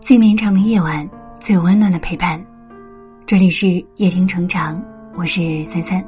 最绵长的夜晚，最温暖的陪伴。这里是夜听成长，我是三三。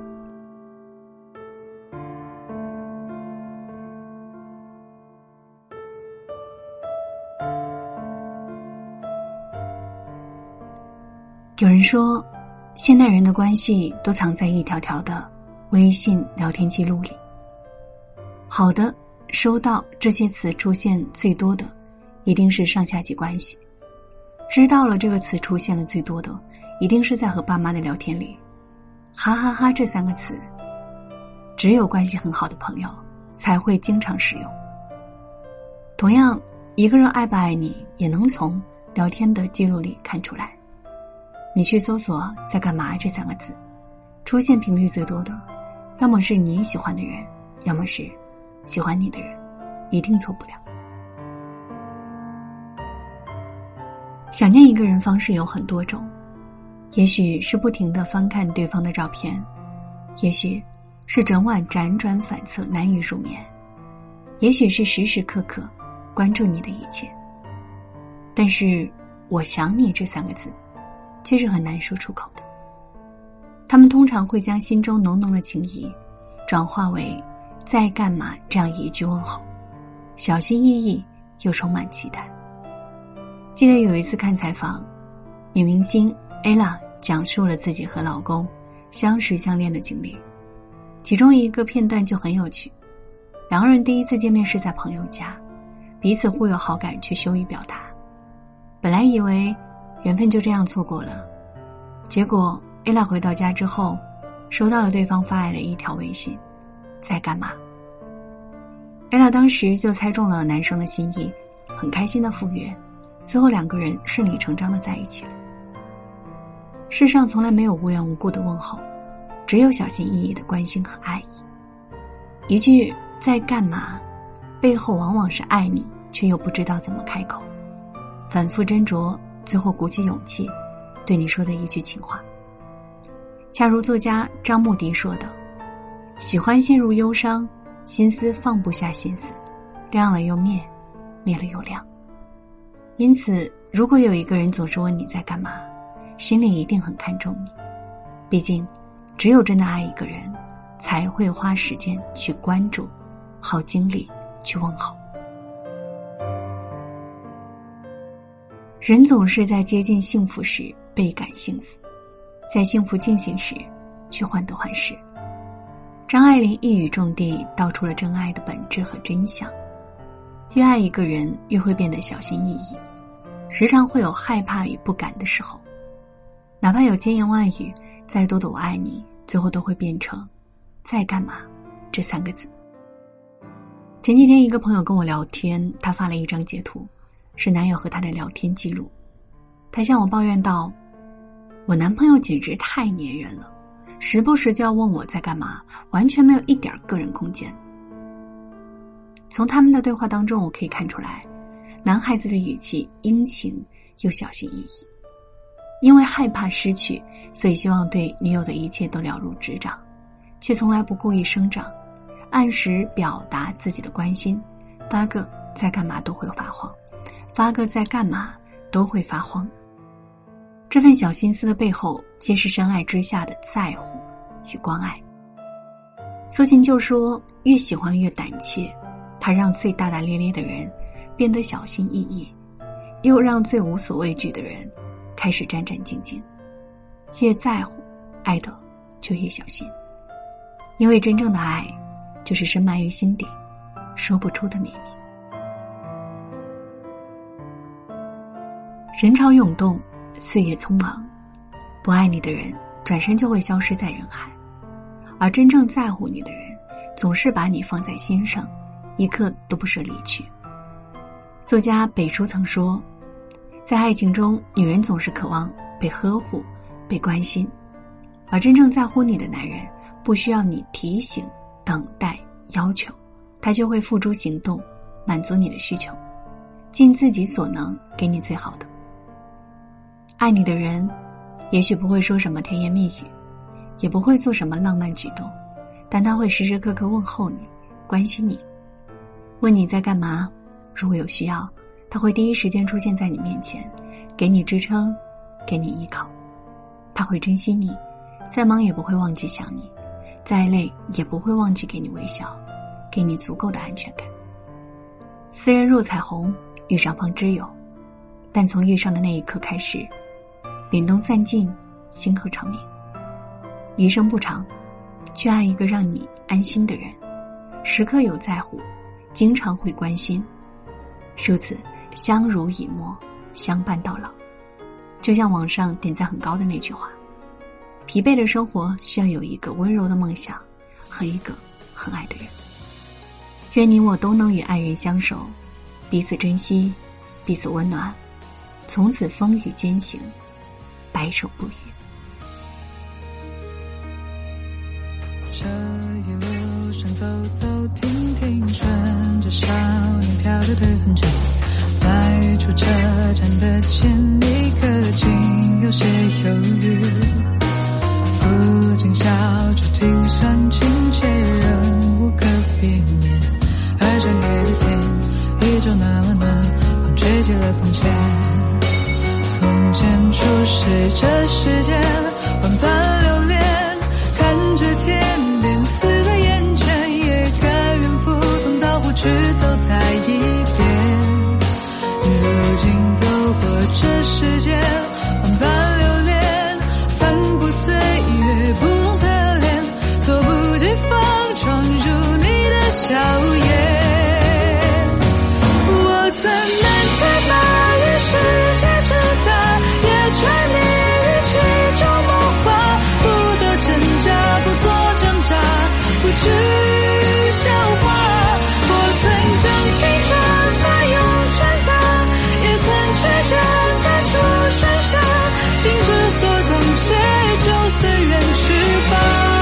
有人说，现代人的关系都藏在一条条的微信聊天记录里。好的、收到这些词出现最多的一定是上下级关系，知道了这个词出现了最多的一定是在和爸妈的聊天里。哈哈哈这三个词只有关系很好的朋友才会经常使用。同样，一个人爱不爱你也能从聊天的记录里看出来。你去搜索在干嘛这三个字，出现频率最多的要么是你喜欢的人，要么是喜欢你的人，一定错不了。想念一个人方式有很多种，也许是不停地翻看对方的照片，也许是整晚辗转反侧难以入眠，也许是时时刻刻关注你的一切。但是我想你这三个字却是很难说出口的。他们通常会将心中浓浓的情谊转化为在干嘛这样一句问候，小心翼翼又充满期待。记得有一次看采访，女明星 Ella 讲述了自己和老公相识相恋的经历，其中一个片段就很有趣。两个人第一次见面是在朋友家，彼此互有好感却羞于表达。本来以为缘分就这样错过了，结果 Ella 回到家之后收到了对方发来的一条微信，在干嘛。 Ella 当时就猜中了男生的心意，很开心的赴约，最后两个人顺理成章的在一起了。世上从来没有无缘无故的问候，只有小心翼翼的关心和爱意。一句在干嘛背后往往是爱你却又不知道怎么开口，反复斟酌，最后鼓起勇气对你说的一句情话。恰如作家张牧迪说的，喜欢陷入忧伤，心思放不下心思，亮了又灭，灭了又亮。因此如果有一个人总是问你在干嘛，心里一定很看重你。毕竟只有真的爱一个人才会花时间去关注，耗精力去问候。人总是在接近幸福时倍感幸福，在幸福进行时去患得患失。张爱玲一语中的道出了真爱的本质和真相。越爱一个人越会变得小心翼翼，时常会有害怕与不敢的时候，哪怕有千言万语再多的我爱你，最后都会变成在干嘛这三个字。前几天一个朋友跟我聊天，他发了一张截图，是男友和他的聊天记录。他向我抱怨道，我男朋友简直太粘人了，时不时就要问我在干嘛，完全没有一点个人空间。从他们的对话当中，我可以看出来，男孩子的语气殷勤又小心翼翼，因为害怕失去，所以希望对女友的一切都了如指掌，却从来不故意声张，按时表达自己的关心，发个在干嘛都会发慌，发个在干嘛都会发慌。这份小心思的背后，皆是深爱之下的在乎与关爱。苏秦就说，越喜欢越胆怯，他让最大大咧咧的人变得小心翼翼，又让最无所畏惧的人开始战战兢兢。越在乎，爱的就越小心，因为真正的爱就是深埋于心底说不出的秘密。人潮涌动，岁月匆忙，不爱你的人转身就会消失在人海，而真正在乎你的人总是把你放在心上，一刻都不舍离去。作家北叔曾说，在爱情中，女人总是渴望被呵护、被关心，而真正在乎你的男人不需要你提醒、等待、要求，他就会付诸行动，满足你的需求，尽自己所能给你最好的。爱你的人也许不会说什么甜言蜜语，也不会做什么浪漫举动，但他会时时刻刻问候你，关心你，问你在干嘛，如果有需要他会第一时间出现在你面前，给你支撑，给你依靠。他会珍惜你，再忙也不会忘记想你，再累也不会忘记给你微笑，给你足够的安全感。斯人若彩虹，遇上方知有，但从遇上的那一刻开始，凛冬散尽，星河长明。余生不长，去爱一个让你安心的人，时刻有在乎，经常会关心，如此相濡以沫，相伴到老。就像网上点赞很高的那句话，疲惫的生活需要有一个温柔的梦想和一个很爱的人。愿你我都能与爱人相守，彼此珍惜，彼此温暖，从此风雨兼行，白首不渝。 这一路上走走停停，顺着少年飘着的痕迹，迈出车站的前一刻，竟有些犹豫，不禁笑着挺身亲切，仍无可避免。而整夜的天依旧那么暖，风吹起了从前。从前初识这世间，万般留恋，看着天边死在眼前，也甘愿赴汤蹈火去走它一遍。如今走过这世间，万般留恋，翻过岁月不同侧脸，猝不及防闯入你的笑颜。我曾难猜把与世界之大，也揣你语气中梦话，不得挣扎，不做挣扎，不惧笑话。我曾将青春翻涌成她，也曾去见她出山下，心之所动，且就随缘去吧。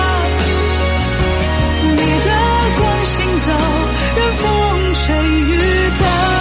逆着光行走，任风吹雨打。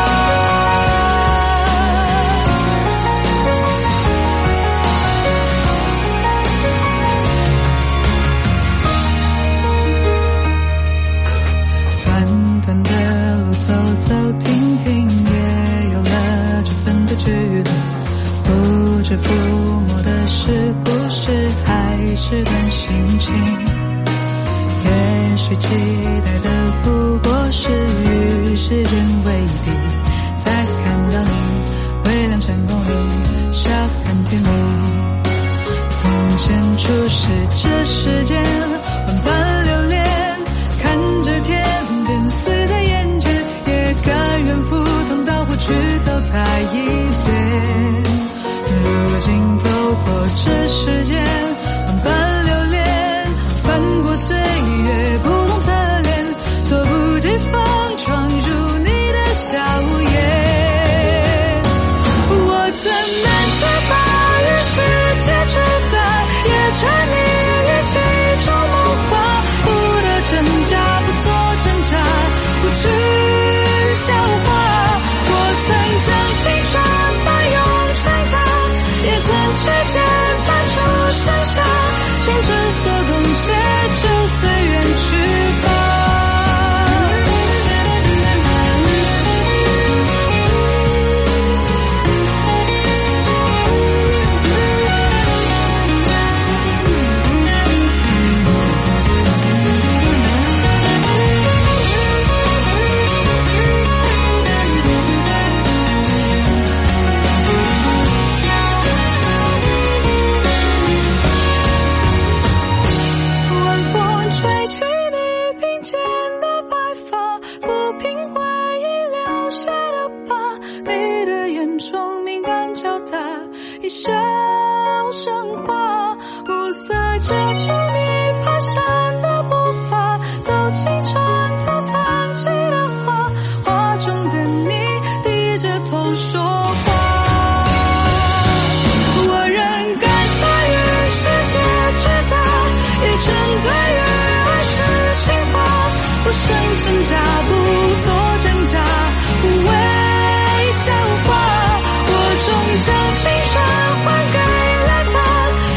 走走停停，也有了这份的距离，不知抚摸的是故事，还是段心情。也许期待的不过是与时间为敌，再次看到你，微亮成功里，笑得很甜蜜。从前初识这世间，万般留恋，看着天边死在眼前，甘愿赴汤蹈火去走它一遍。如今走过这世间，万般留恋，翻过岁月不同侧脸，猝不及防闯入你的笑颜。我曾难猜把与世界之大，也揣你语气中梦话，不得挣扎，不做挣扎，不惧笑话。我曾将青春翻涌成她，也曾去见她出山下，心之所动，且就随缘去吧。一笑生花，暮色遮住你蹒跚的步伐，走进穿透藏起的花，画中的你低着头说话。我仍敢参与世界之大，也承载于爱是情话，不生挣扎，不做挣扎，不为笑话。我终将青春还给了他，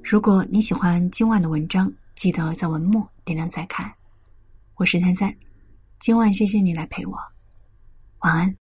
如果你喜欢今晚的文章，记得在文末点亮再看。我是33，今晚谢谢你来陪我，晚安。